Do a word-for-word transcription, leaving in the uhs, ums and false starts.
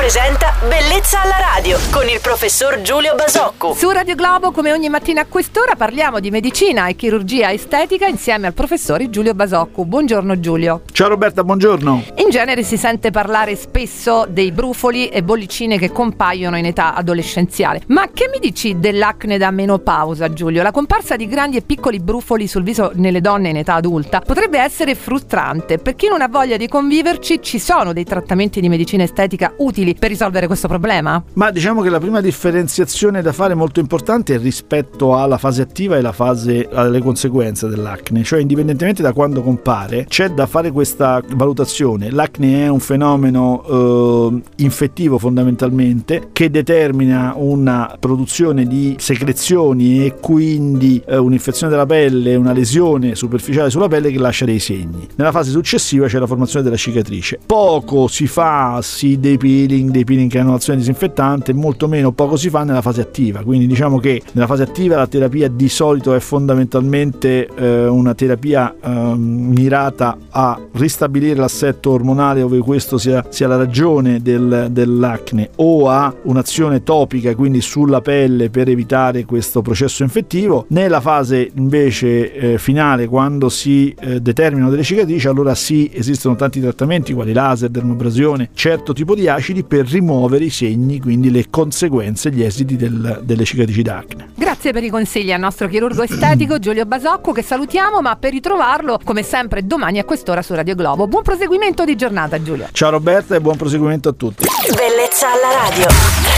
presenta Bellezza alla radio con il professor Giulio Basocco. Su Radio Globo, come ogni mattina a quest'ora, parliamo di medicina e chirurgia estetica insieme al professore Giulio Basocco. Buongiorno Giulio. Ciao Roberta, buongiorno. In genere si sente parlare spesso dei brufoli e bollicine che compaiono in età adolescenziale. Ma che mi dici dell'acne da menopausa, Giulio? La comparsa di grandi e piccoli brufoli sul viso nelle donne in età adulta potrebbe essere frustrante. Per chi non ha voglia di conviverci, ci sono dei trattamenti di medicina estetica utili per risolvere questo problema? Ma diciamo che la prima differenziazione da fare molto importante è rispetto alla fase attiva e la fase alle conseguenze dell'acne, cioè indipendentemente da quando compare c'è da fare questa valutazione. L'acne è un fenomeno eh, infettivo fondamentalmente, che determina una produzione di secrezioni e quindi eh, un'infezione della pelle, una lesione superficiale sulla pelle che lascia dei segni. Nella fase successiva c'è la formazione della cicatrice. Poco si fa sì dei peeling, dei peeling che hanno azione disinfettante, molto meno poco si fa nella fase attiva. Quindi diciamo che nella fase attiva la terapia di solito è fondamentalmente eh, una terapia eh, mirata a ristabilire l'assetto ormonale, ove questo sia, sia la ragione del, dell'acne, o a un'azione topica, quindi sulla pelle, per evitare questo processo infettivo. Nella fase invece eh, finale, quando si eh, determinano delle cicatrici, allora sì, esistono tanti trattamenti quali laser, dermoabrasione, certo tipo di acidi per rimuovere i segni, quindi le conseguenze, gli esiti del, delle cicatrici d'acne. Grazie per i consigli al nostro chirurgo estetico Giulio Basocco, che salutiamo, ma per ritrovarlo come sempre domani a quest'ora su Radio Globo. Buon proseguimento di giornata, Giulio. Ciao Roberta e buon proseguimento a tutti. Bellezza alla radio.